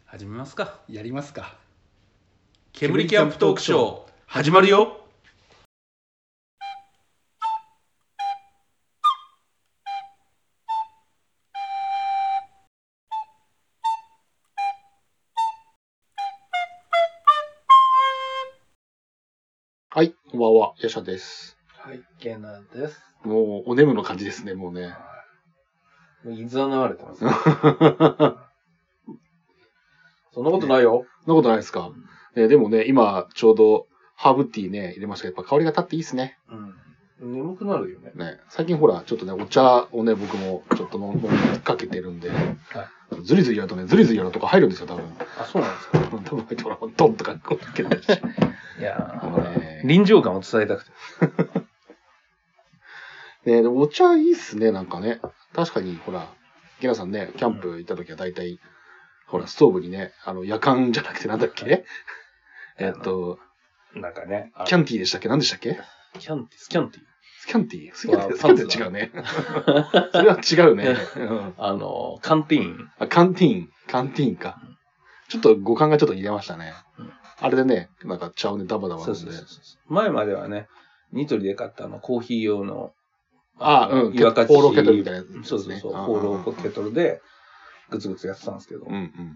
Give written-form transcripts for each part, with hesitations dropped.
始めますか。 やりますか。 煙キャンプトークショー始まるよ。 はい、こんばんは、ヤシャです。 はい、ゲーナーです。 もう、お眠の感じですね、もうね。 もういざなわれてますね。そんなことないよ。 そんなことないですか。でもね、今、ちょうど、ハーブティーね、入れましたけど、やっぱ香りが立っていいですね。 うん。眠くなるよね。 ね、最近ほら、ちょっとね、お茶をね、僕もちょっと飲みかけてるんで、ズリズリやるとね、ズリズリやるとか入るんですよ、多分。 あ、そうなんですか。 多分入ってほら、ドンとかこうつけてるし。 いやー、臨場感を伝えたくて。 ね、でもお茶いいっすね、なんかね。確かに、ほら、ゲナさんね、キャンプ行った時は大体、ほら、ストーブにね、夜間じゃなくてなんだっけなんかね。 キャンティーでしたっけ？何でしたっけ？ スキャンティースキャンティー違うね。それは違うね。 カンティーン。 カンティーンか。ちょっと五感がちょっと似てましたね。あれでね、なんか茶をね、ダバダバ飲んで。 そう。前まではね、ニトリで買ったコーヒー用の、 岩勝ホーローケトルみたいなやつですね。 そう。ホーローケトルで、グツグツやってたんですけど、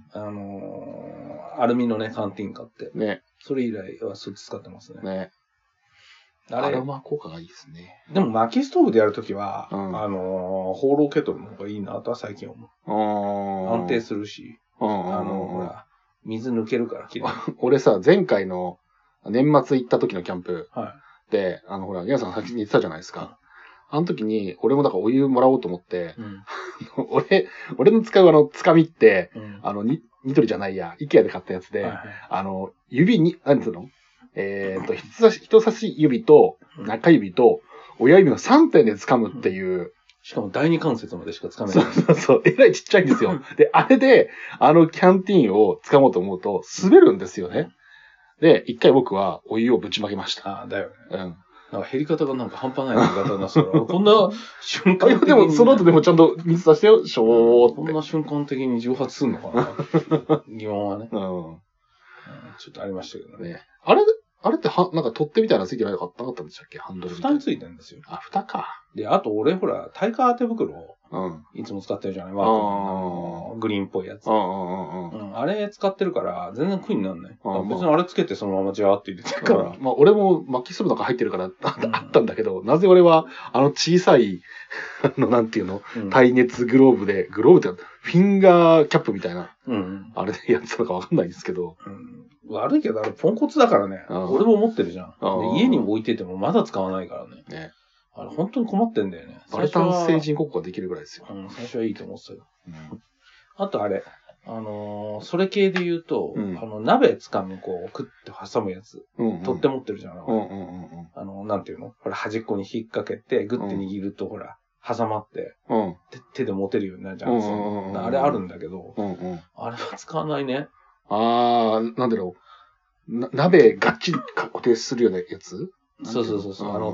アルミのね、カンティーン買って、ね。それ以来はそっち使ってますね。 ね。アロマ効果がいいですね。 でも薪ストーブでやるときは、ホーローケトルの方がいいなとは最近思う。安定するし、ほら、水抜けるから綺麗。 俺さ、前回の年末行った時のキャンプで、ほら、皆さん先に言ってたじゃないですか。あの時に、俺もだからお湯もらおうと思って、俺の使うつかみって、ニトリじゃないや、イケアで買ったやつで、指に、なんつうの？人差し指と中指と親指の3点で掴むっていう。 しかも第二関節までしか掴めない。 そう。えらいちっちゃいんですよ。で、あれで、キャンティーンを掴もうと思うと、滑るんですよね。で、一回僕はお湯をぶちまけました。 ああ、だよね。なんか減り方がなんか半端ない減り方になってたから、こんな瞬間的に。 でも、その後でもちゃんと水出してよ、しょーって。 こんな瞬間的に蒸発すんのかな疑問はね。ちょっとありましたけどね。 あれってなんか取っ手みたいなのついてないのかなかったんでしたっけ？ハンドルみたいな。 蓋についてるんですよ。 あ、蓋か。 で、あと俺ほら、耐火当て袋を、いつも使ってるじゃないワークのグリーンっぽいやつ。あれ使ってるから、全然苦になんない。別にあれつけてそのままジャーって入れてるから。 まあ、俺も薪ストーブなんか入ってるからあったんだけど、なぜ俺は、小さい、なんていうの、耐熱グローブってフィンガーキャップみたいな、あれでやってたのかわかんないんですけど。 悪いけど、あれポンコツだからね。俺も持ってるじゃん。で家に置いててもまだ使わないからね。あれ本当に困ってんだよね。 バルタン星人国家ができるぐらいですよ。 最初はいいと思ってたよ。あとあれ、それ系で言うと、鍋掴む、クッて挟むやつ。取って持ってるじゃん。なんていうのほら、端っこに引っ掛けて、グッて握ると、ほら、挟まって、手で持てるようになるじゃん。あれあるんだけど、あれは使わないね。 なんだろう。鍋がっちり固定するようなやつ？ そう。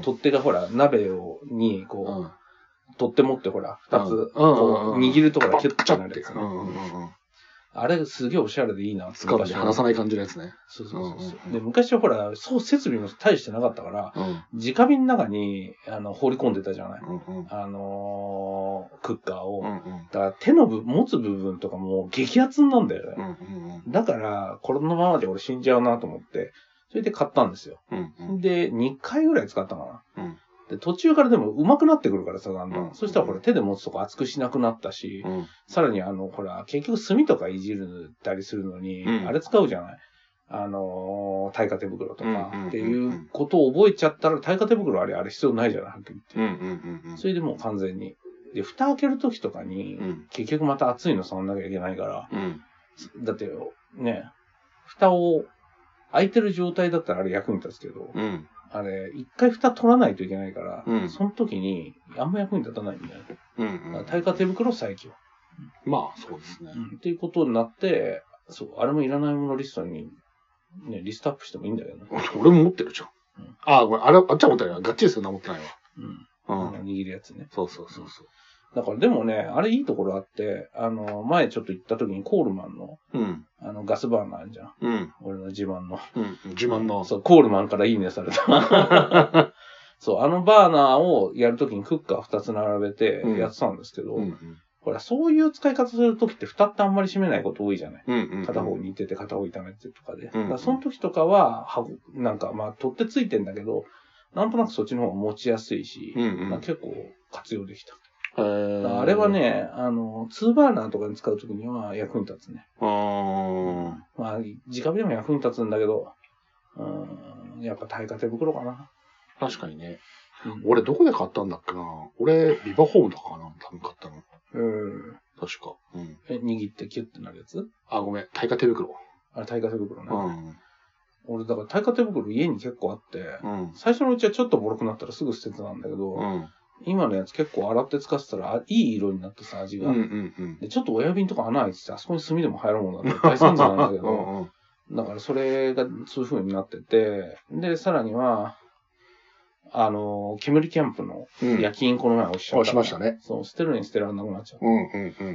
取っ手がほら、鍋に、取っ手持ってほら、二つ、握るところがキュッとなるやつね。あれすげえおしゃれでいいなって。 使うで離さない感じのやつね。 そう。で、昔はほら、設備も大してなかったから、直火の中に、放り込んでたじゃない。クッカーを。だから手の持つ部分とかも激アツなんだよね。だから、このままで俺死んじゃうなと思って、それで買ったんですよ。で、2回ぐらい使ったかな。で、途中からでも上手くなってくるからさ、だんだん。そしたらほら手で持つとこ熱くしなくなったし、さらにほら、結局炭とかいじるたりするのに、あれ使うじゃない。耐火手袋とかっていうことを覚えちゃったら、耐火手袋あれ必要ないじゃない、はっきり言って。それでもう完全に。で、蓋開けるときとかに、結局また熱いの触んなきゃいけないから、だってね、蓋を開いてる状態だったらあれ役に立つけど、あれ、一回蓋取らないといけないから、その時にあんま役に立たないんだよね。耐火手袋最強。 まあ、そうですね。 っていうことになって、あれもいらないものリストに、ね、リストアップしてもいいんだけどね。 俺も持ってるじゃん。ごめん、あっちは持ってないわ。ガッチリするのは持ってないわ。 握るやつね。 そう。 だからでもね、あれいいところあって、前ちょっと行った時にコールマンの、 ガスバーナーあるじゃん。うん。俺の自慢の。 うん。自慢の。 そう、コールマンからいいねされた。そう、あのバーナーをやるときにクッカー2つ並べてやってたんですけど、ほら、そういう使い方するときって蓋ってあんまり閉めないこと多いじゃない。片方にいてて片方炒めてとかで。だからその時とかは、なんかまあ取ってついてんだけど、なんとなくそっちの方が持ちやすいし、結構活用できた。あれはね、2バーナーとかに使うときには役に立つね。まあ、直火でも役に立つんだけど、やっぱ耐火手袋かな。 確かにね。俺どこで買ったんだっけな。俺、ビバホームとかかな。多分買ったの。確か。 握ってキュッてなるやつ？ あ、ごめん。耐火手袋。 あれ耐火手袋ね。俺、だから耐火手袋家に結構あって、最初のうちはちょっとボロくなったらすぐ捨ててたんだけど、今のやつ結構洗って使ってたら、いい色になってさ、味が。で、ちょっと親瓶とか穴開いてて、あそこに炭でも入るもんだって大惨事なんだけど、だからそれがそういう風になってて、で、さらには、煙キャンプの夜勤この前おっしゃった。 しましたね。 そう、捨てるに捨てられなくなっちゃって。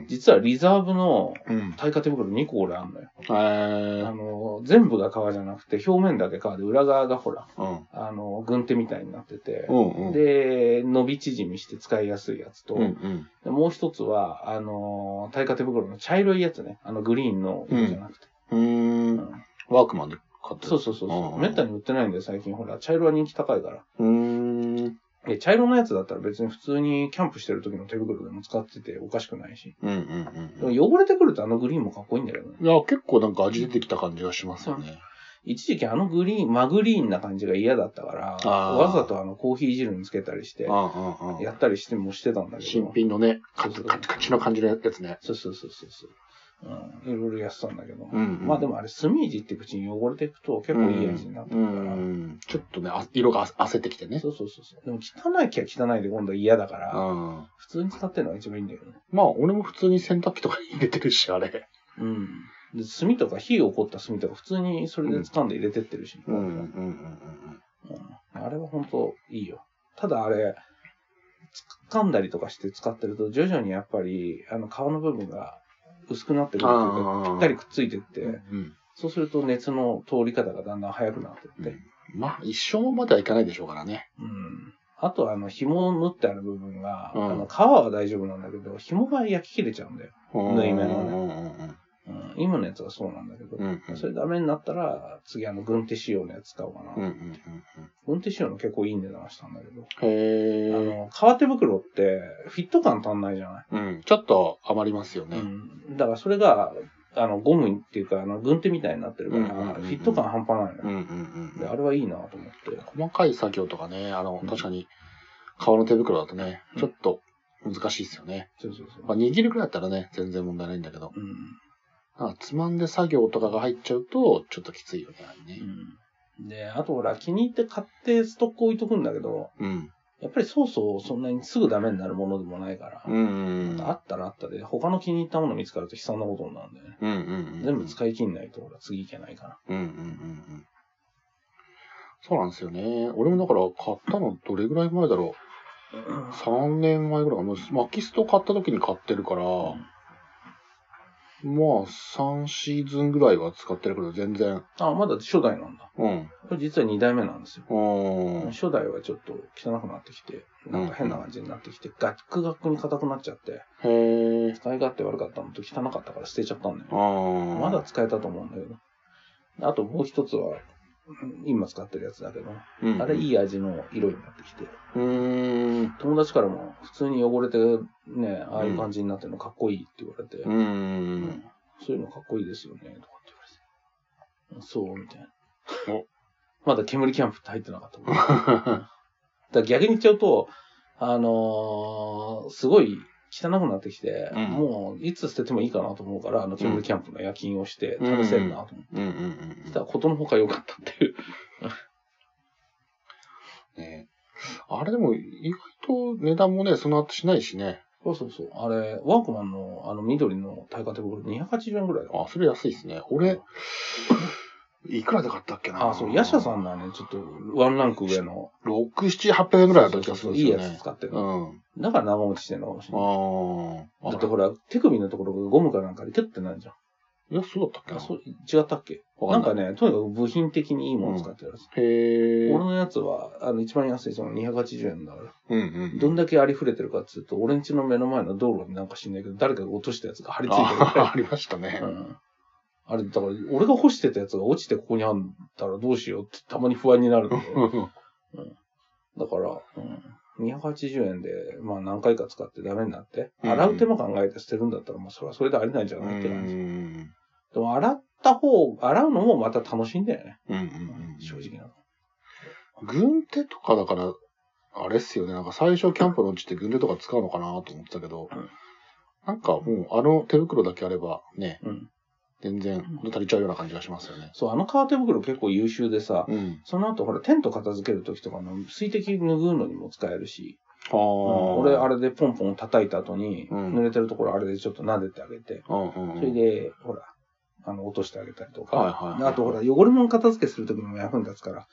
実はリザーブの耐火手袋2個俺あんのよ。全部が革じゃなくて、表面だけ革で、裏側がほら、軍手みたいになってて、で、伸び縮みして使いやすいやつと、もう一つは、耐火手袋の茶色いやつね。グリーンの色じゃなくて。 ワークマンで買ってる。そう。めったに売ってないんだよ、最近。ほら、茶色は人気高いから。茶色のやつだったら別に普通にキャンプしてる時の手袋でも使ってておかしくないし。でも汚れてくるとグリーンもかっこいいんだけどね。 いや、結構なんか味出てきた感じがしますよね。 一時期グリーン、マグリーンな感じが嫌だったから、わざとコーヒー汁につけたりして、やったりしてもしてたんだけど。 新品のね、カチの感じのやつね。 そう。いろいろやってたんだけど。まあでもあれ、炭いじって口に汚れていくと結構いい味になってくるから。 ちょっとね、色が焦ってきてね。 そう。でも汚いきゃ汚いで今度は嫌だから、普通に使ってるのが一番いいんだけどね。 まあ俺も普通に洗濯機とかに入れてるし、あれ。 で、炭とか火を起こった炭とか普通にそれで掴んで入れてってるし。あれは本当いいよ。ただあれ、掴んだりとかして使ってると徐々にやっぱり、皮の部分が薄くなってくるというか、ぴったりくっついてって、そうすると熱の通り方がだんだん早くなってって。 まあ、一生まではいかないでしょうからね。 あと紐を縫ってある部分が、皮は大丈夫なんだけど、紐が焼き切れちゃうんだよ。縫い目のね。今のやつはそうなんだけど、それダメになったら、次軍手仕様のやつ使おうかな。軍手仕様の結構いい値段したんだけど。革手袋ってフィット感足んないじゃない。 ちょっと余りますよね。 だからそれが、ゴムっていうか、軍手みたいになってるから、フィット感半端ないのよ。で、あれはいいなと思って。 細かい作業とかね、確かに、革の手袋だとね、ちょっと難しいですよね。まあ、握るくらいだったらね、全然問題ないんだけど。つまんで作業とかが入っちゃうと、ちょっときついよね。 で、あとほら、気に入って買ってストック置いとくんだけど、やっぱりそうそんなにすぐダメになるものでもないから、あったらあったで、他の気に入ったもの見つかると悲惨なことになるんだよね。全部使い切んないと、ほら、次いけないから。 そうなんですよね。俺もだから買ったのどれぐらい前だろう。3年前ぐらいかな。マキスト買った時に買ってるから、まあ、3シーズンぐらいは使ってるけど、全然。 まだ初代なんだ。これ実は2代目なんですよ。初代はちょっと汚くなってきて、なんか変な感じになってきて、ガックガックに硬くなっちゃって、使い勝手悪かったのと汚かったから捨てちゃったんだよ。まだ使えたと思うんだけど。あともう一つは、今使ってるやつだけど、あれいい味の色になってきて、友達からも普通に汚れてね、ああいう感じになってるのかっこいいって言われて、そういうのかっこいいですよね、とかって言われて。そう、みたいな。まだ煙キャンプって入ってなかったもん。だから逆に言っちゃうと、すごい汚くなってきて、もういつ捨ててもいいかなと思うから、煙キャンプの夜勤をして試せるなと思って。そしたらことのほか良かったっていう。 あれでも意外と値段もね、その後しないしね。 そう。あれ、ワークマンの緑の耐火手袋280円ぐらいだ。 それ安いですね。俺、いくらで買ったっけな。 そう、ヤシャさんのはね、ちょっとワンランク上の。 6、7、800円ぐらいだった気がするんですよね。 いいやつ使ってる。だから長持ちしてんのかもしれない。だってほら、手首のところがゴムかなんかでキュッてなるじゃん。 いや、そうだったっけな。 違ったっけなんかね、とにかく部品的にいいものを使ってるやつ。俺のやつは、一番安いその280円だから。どんだけありふれてるかっていうと、俺ん家の目の前の道路になんか知んないけど、誰かが落としたやつが張り付いてるぐらい。 ありましたね。 あれ、だから、俺が干してたやつが落ちてここにあったらどうしようってたまに不安になるんで。だから、280円で、まあ何回か使ってダメになって、洗う手間考えて捨てるんだったら、まあそれはそれでありなんじゃないって感じ。でも洗うのもまた楽しいんだよね。正直なの。 軍手とかだから、あれっすよね。なんか最初キャンプのうちって軍手とか使うのかなと思ってたけど、なんかもうあの手袋だけあればね、全然足りちゃうような感じがしますよね。 そう、あの革手袋結構優秀でさ、その後ほらテント片付けるときとかの水滴拭うのにも使えるし、俺あれでポンポン叩いた後に、濡れてるところあれでちょっと撫でてあげて、それで、ほら、落としてあげたりとか、あとほら、汚れ物片付けするときにも役に立つから、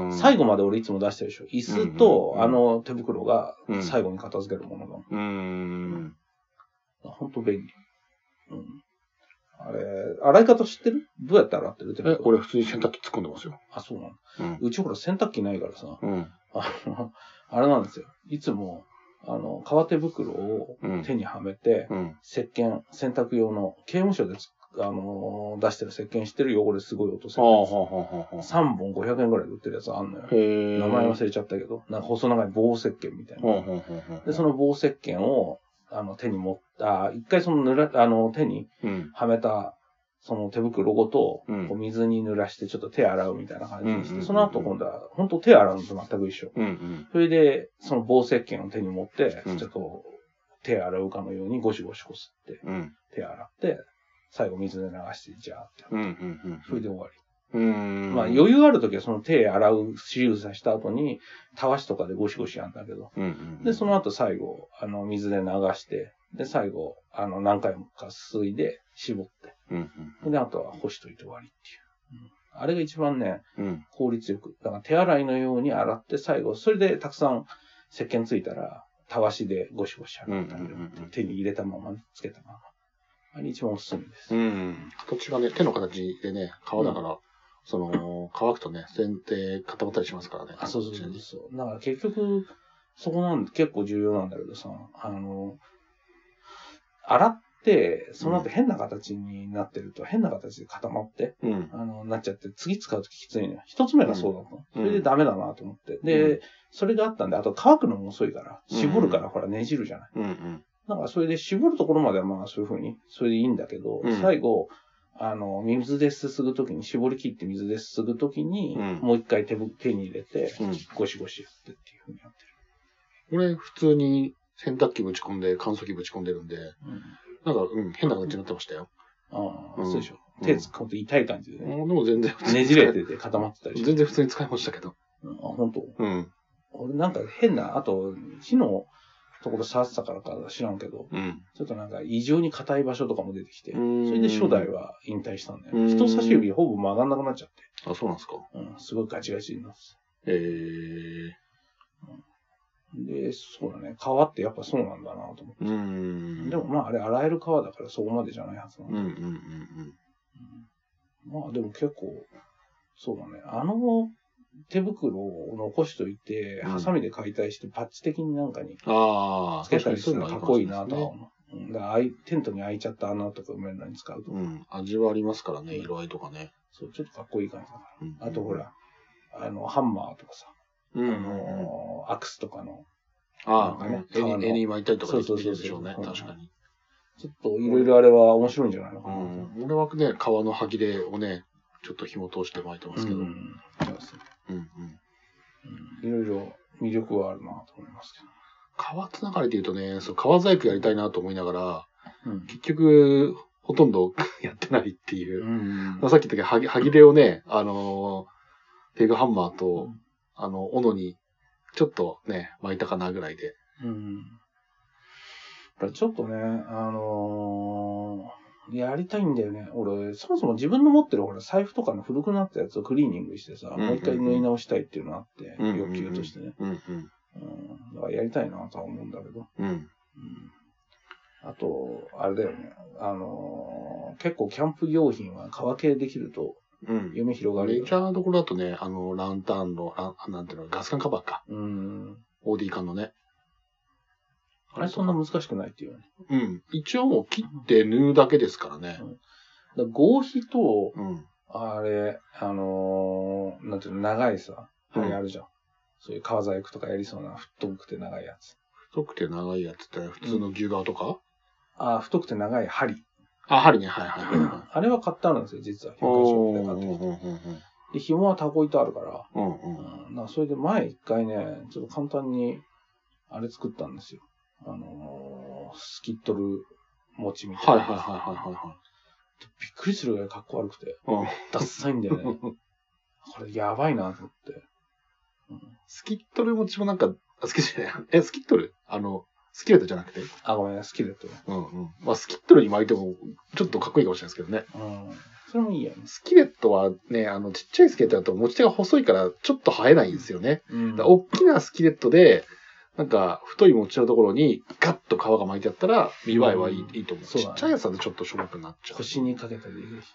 最後まで俺いつも出してるでしょ。椅子と手袋が最後に片付けるものだもん。ほんと便利。あれ、洗い方知ってる？どうやって洗ってる？ 俺普通に洗濯機突っ込んでますよ。 あ、そうなの。うちほら洗濯機ないからさ、あれなんですよ。いつも、革手袋を手にはめて、洗濯用の、刑務所で出してる石鹸してる汚れすごい落とせるやつ。3本500円ぐらいで売ってるやつあんのよ。名前忘れちゃったけど、なんか細長い棒石鹸みたいな。で、その棒石鹸を、手に一回その手にはめた、その手袋ごと、こう水に濡らしてちょっと手洗うみたいな感じにして、その後今度は、本当手洗うのと全く一緒。それで、その棒石鹸を手に持って、ちょっと手洗うかのようにゴシゴシこすって、手洗って、最後水で流して、じゃーってやって。それで終わり。まあ余裕あるときはその手洗う仕草した後に、たわしとかでゴシゴシやんだけど。で、その後最後、水で流して、で、最後、何回もかすいで絞って。で、あとは干しといて終わりっていう。あれが一番ね、効率よく。だから手洗いのように洗って最後、それでたくさん石鹸ついたら、たわしでゴシゴシ洗ってあげるっていう。手に入れたまま、つけたまま。あれ一番おすすめです。 形がね、手の形でね、革だから、乾くとね、洗手固まったりしますからね。 そう。だから結局、そこ結構重要なんだけどさ、洗って、その後変な形になってると、変な形で固まって、なっちゃって、次使うとききついのよ。一つ目がそうだったの。それでダメだなと思って。で、それがあったんで、あと乾くのも遅いから、絞るからほらねじるじゃない。だからそれで絞るところまではまあそういう風に、それでいいんだけど、最後、水ですすぐときに、絞り切って水ですすぐときに、もう一回手に入れて、ゴシゴシやってっていう風にやってる。俺、普通に洗濯機ぶち込んで、乾燥機ぶち込んでるんで、なんか、変な形になってましたよ。 そうでしょ。手使うと痛い感じでね。 でも全然ねじれてて固まってたりして。 全然普通に使いましたけど。 本当？俺なんか変な、あと、火のところ触ってたからか知らんけど、ちょっとなんか異常に硬い場所とかも出てきて、それで初代は引退したんだよ。人差し指ほぼ曲がんなくなっちゃって。 あ、そうなんですか。 すごいガチガチになって。で、そうだね。革ってやっぱそうなんだなと思って。でもまああれ洗える革だからそこまでじゃないはずなんだ。まあでも結構、そうだね。手袋を残しといて、ハサミで解体してパッチ的になんかにつけたりするのかっこいいなとは思う。だからテントに開いちゃった穴とか埋めるのに使うと。 味はありますからね、色合いとかね。 そう、ちょっとかっこいい感じだから。あとほら、ハンマーとかさ、アクスとかの、 絵に巻いたりとかできるでしょうね、確かに。 ちょっといろいろあれは面白いんじゃないのかな。 俺はね、革の端切れをね、ちょっと紐通して巻いてますけど。 いろいろ魅力はあるなと思いますけど。 革つながりで言うとね、革細工やりたいなと思いながら、結局、ほとんどやってないっていう。さっき言ったけど、歯切れをね、ペグハンマーと、斧に、ちょっとね、巻いたかなぐらいで。 ちょっとね、やりたいんだよね。俺、そもそも自分の持ってる財布とかの古くなったやつをクリーニングしてさ、もう一回縫い直したいっていうのがあって、欲求としてね。だからやりたいなとは思うんだけど。 あと、あれだよね。結構キャンプ用品は革系できると、夢広がる、 メジャーなところだとね、ランタンの、なんていうの、ガス缶カバーか。OD 缶のね。 あれそんな難しくないっていうね。一応もう切って縫うだけですからね。 合皮と、あれ、なんていうの、長いさ、針あるじゃん。そういう革細工とかやりそうな太くて長いやつ。 太くて長いやつって普通の牛革とか、 太くて長い針。 針ね、はい。 あれは買ってあるんですよ、実は。100円ショップで買ってきて。で、紐はタコ糸あるから。それで前一回ね、ちょっと簡単に、あれ作ったんですよ。スキットル餅みたいな。びっくりするぐらいかっこ悪くて。ダッサいんだよね。これやばいなと思って。 スキットル餅もなんか、スキットルスキレットじゃなくてごめん、スキレット。 まあ、スキットルに巻いても、ちょっとかっこいいかもしれないですけどね。 それもいいよね。 スキレットはね、ちっちゃいスキレットだと持ち手が細いから、ちょっと生えないんですよね。大きなスキレットで、なんか、太い持ち手のところに、ガッと皮が巻いてあったら、見栄えはいいと思う。ちっちゃいやつだとちょっとしょぼくなっちゃう。 腰にかけたりできるし。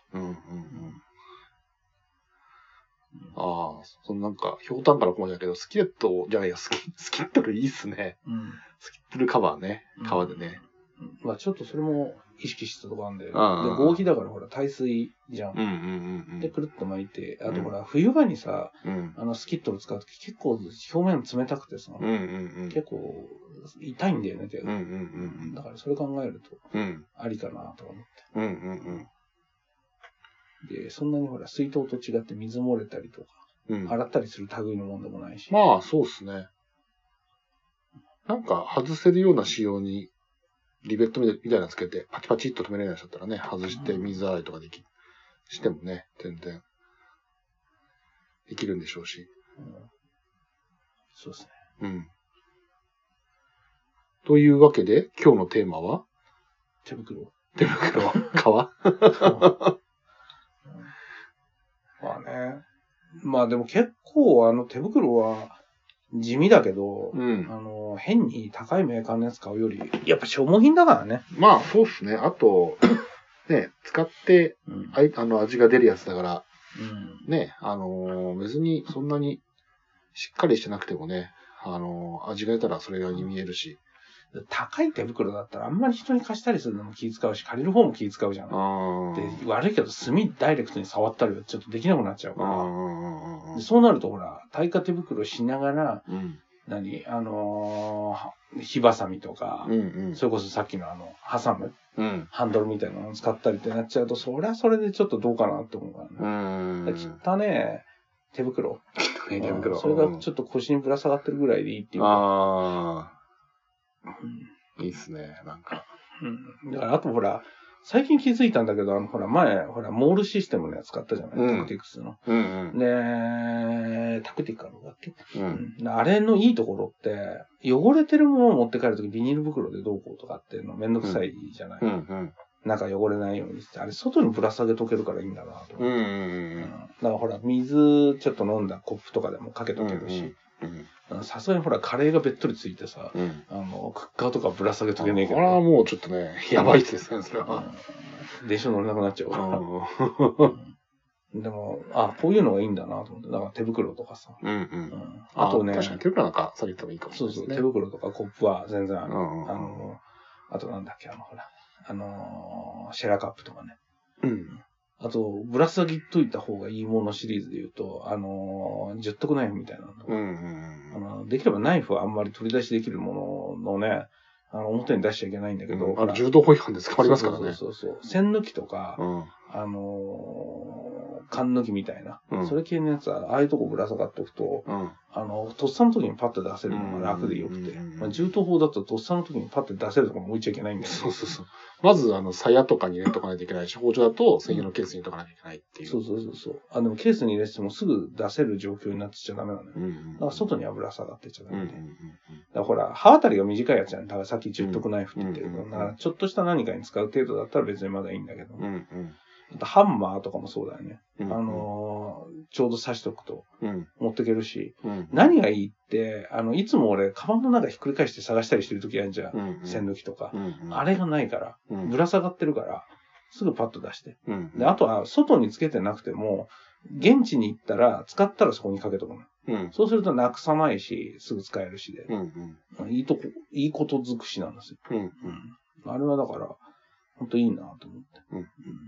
なんか、ひょうたんからこまじだけど、スキットルいいっすね。スキットルカバーね。革でね。 まあちょっとそれも意識したとこあるんだよ。で、合皮だからほら、耐水じゃん。で、くるっと巻いて、あとほら、冬場にさ、スキットル使うとき結構表面冷たくてさ、結構痛いんだよね、手が。だからそれ考えると、ありかなと思って。で、そんなにほら、水筒と違って水漏れたりとか、洗ったりする類のもんでもないし。 まあ、そうっすね。なんか、外せるような仕様に、リベットみたいなのつけて、パチパチっと止めれないやつだったらね、外して水洗いとかしてもね、全然、できるんでしょうし。 そうですね。 というわけで、今日のテーマは手袋。 革まあね。まあでも結構手袋は地味だけど、変に高いメーカーのやつ買うより、やっぱ消耗品だからね。 まあそうっすね。あと、ね、使って、味が出るやつだから、ね、別にそんなにしっかりしてなくてもね、味が出たらそれなりに見えるし。 高い手袋だったらあんまり人に貸したりするのも気使うし、借りる方も気使うじゃん。で、悪いけど炭ダイレクトに触ったりはちょっとできなくなっちゃうから。でそうなるとほら、耐火手袋しながら、火ばさみとか、それこそさっきの挟む、ハンドルみたいなのを使ったりってなっちゃうと、そりゃそれでちょっとどうかなって思うからね。汚ね手袋。それがちょっと腰にぶら下がってるぐらいでいいっていうか。 いいっすね、なんか。 だから、あとほら、最近気づいたんだけど、ほら、前、モールシステムのやつ買ったじゃない、タクティクスの。で、タクティカルだっけ、あれのいいところって、汚れてるものを持って帰るときビニール袋でどうこうとかっていうのめんどくさいじゃない、中汚れないようにして、あれ外にぶら下げとけるからいいんだなと思って。だからほら、水ちょっと飲んだコップとかでもかけとけるし。さすがにほら、カレーがべっとりついてさ、クッカーとかぶら下げとけねえけど。 あれはもうちょっとね、やばいですね、それは。 電車乗れなくなっちゃうから。でも、こういうのがいいんだなと思って。だから手袋とかさ。あとね。 確かに手袋なんか下げてもいいかもしれないですね。 そうそう、手袋とかコップは全然ある。あとなんだっけ、ほら、シェラカップとかね。あと、ぶら下げといた方がいいものシリーズで言うと、十徳ナイフみたいなの。できればナイフはあんまり取り出しできるもののね、表に出しちゃいけないんだけど。 柔道法違反で捕まりますからね。 そう。線抜きとか、缶抜きみたいな。それ系のやつは、ああいうとこぶら下がっておくと、とっさの時にパッと出せるのが楽でよくて。銃刀法だととっさの時にパッと出せるとこも置いちゃいけないんだよね。 そう。まず、鞘とかに入れとかないといけないし、包丁だと専用のケースに入れとかなきゃいけないっていう。 そう。でもケースに入れてもすぐ出せる状況になってちゃダメなのよ。だから外にはぶら下がってちゃダメで。だからほら、刃渡りが短いやつじゃん。だからさっき十徳ナイフって言ってるけど、だからちょっとした何かに使う程度だったら別にまだいいんだけど。 ハンマーとかもそうだよね。 うん、 ちょうど刺しとくと持っていけるし、 うん、 何がいいって、いつも俺、カバンの中ひっくり返して探したりしてるときあるじゃん。 うん、 線抜きとか、 うん。 あれがないから、ぶら下がってるから、すぐパッと出して。 うん、 で、あとは、外につけてなくても、現地に行ったら、使ったらそこにかけとくの。 うん、 そうするとなくさないし、すぐ使えるしで。 うんうん、 いいこと尽くしなんですよ。 うんうん、 あれはだから、ほんといいなと思って。 うん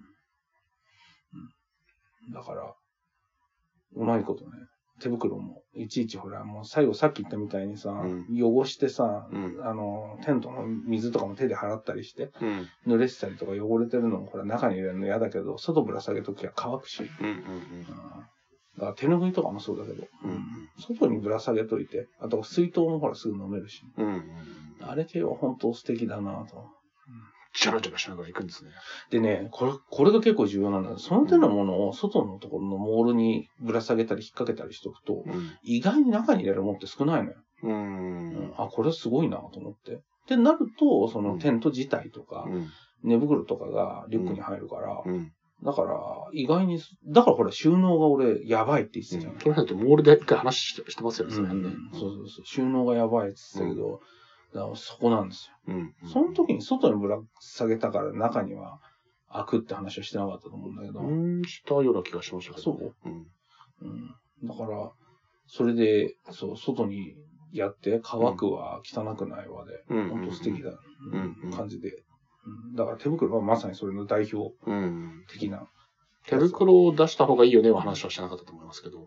だから、うまいことね、手袋も、いちいちほら、もう最後さっき言ったみたいにさ、汚してさ、テントの水とかも手で払ったりして、濡れてたりとか汚れてるのもほら中に入れるの嫌だけど、外ぶら下げときは乾くし、だから手拭いとかもそうだけど、外にぶら下げといて、あと水筒もほらすぐ飲めるし、あれ系は本当素敵だなと。 チャラチャラしながら行くんですね。 でね、これが結構重要なんだ。その手のものを外のところのモールにぶら下げたり引っ掛けたりしとくと、意外に中に入れるものって少ないのよ。あ、これすごいなと思って。ってなると、そのテント自体とか、寝袋とかがリュックに入るから、だから、意外に、だからほら、収納が俺、やばいって言ってたじゃん。 それだとモールで一回話してますよね、 そうそう。収納がやばいって言ってたけど、だからそこなんですよ。その時に外にぶら下げたから中には開くって話はしてなかったと思うんだけど。 したような気がしましたけど。 そう、だから、それで、そう、外にやって乾くわ、汚くないわで、本当素敵だ、感じで。だから手袋はまさにそれの代表的な。 手袋を出した方がいいよねは話はしてなかったと思いますけど。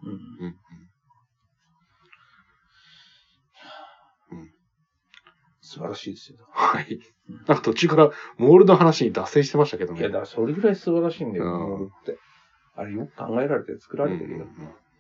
素晴らしいですよ。 はい。なんか途中からモールの話に脱線してましたけどね。 いや、だからそれぐらい素晴らしいんだよ、モールって。あれよく考えられて作られてるよ。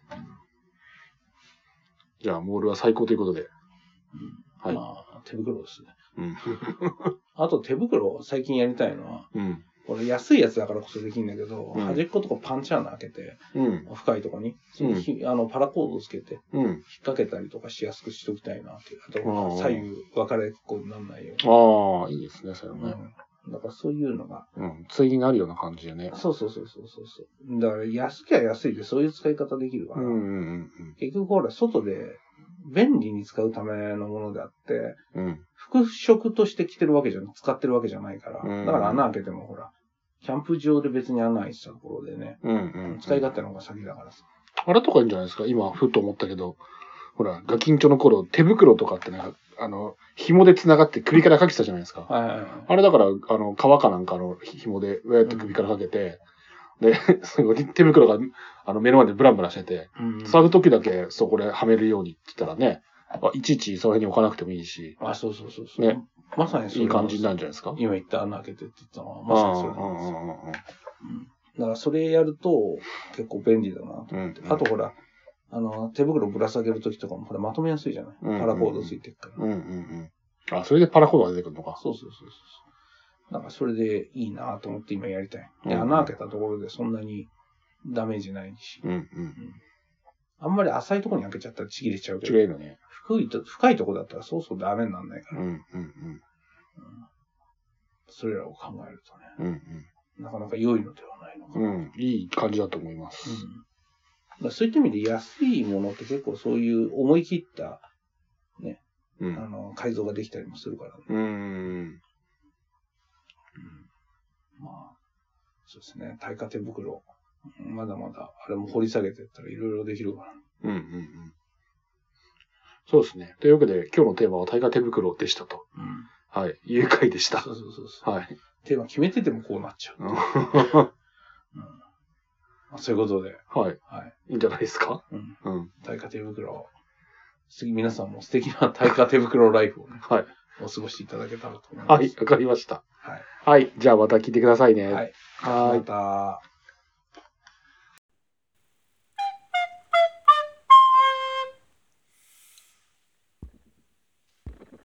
じゃあ、モールは最高ということで。 はい。まあ、手袋ですね。あと手袋、最近やりたいのは、これ安いやつだからこそできるんだけど、端っことかパンチ穴開けて、深いとこに、パラコードをつけて、引っ掛けたりとかしやすくしときたいなっていう。あと、左右分かれっこにならないように。 ああ、いいですね、それもね。 だからそういうのが。 ついになるような感じでね。 そう。だから安きゃ安いでそういう使い方できるから。結局ほら、外で便利に使うためのものであって、服飾として着てるわけじゃ使ってるわけじゃないから。だから穴開けてもほら、キャンプ場で別に穴開いてたところでね、使い勝手の方が先だからさ。 あれとかいいんじゃないですか？今、ふと思ったけど、ほら、ガキンチョの頃、手袋とかってね、紐で繋がって首からかけてたじゃないですか。あれだから、革かなんかの紐で、うやって首からかけて、で、手袋が、目の前でブランブラしてて、使う時だけそこではめるようにって言ったらね、いちいちその辺に置かなくてもいいし。 そう。 ね。 まさにそう。 いい感じになるんじゃないですか？ 今言った穴開けてって言ったのは、まさにそうなんですよ。だからそれやると結構便利だなと思って。あとほら、手袋ぶら下げるときとかもほらまとめやすいじゃない、パラコードついてるから。 それでパラコードが出てくるのか。 そう。だからそれでいいなと思って今やりたい。で、穴開けたところでそんなにダメージないし。あんまり浅いところに開けちゃったらちぎれちゃうけど。 違うのね。 深いところだったらそうダメにならないから。それらを考えるとね。なかなか良いのではないのかな。 いい感じだと思います。 そういった意味で安いものって結構そういう思い切ったね、改造ができたりもするからね。まあ、そうですね。耐火手袋。まだまだ、あれも掘り下げていったらいろいろできるから。 そうですね。というわけで、今日のテーマは耐火手袋でしたと。はい。いう回でした。 そう。 はい。 テーマ決めててもこうなっちゃう。そういうことで。 はい。いいんじゃないですか？ 耐火手袋。皆さんも素敵な耐火手袋ライフをね。お過ごしいただけたらと思います。 はい。わかりました。はい。じゃあまた聞いてくださいね。 また。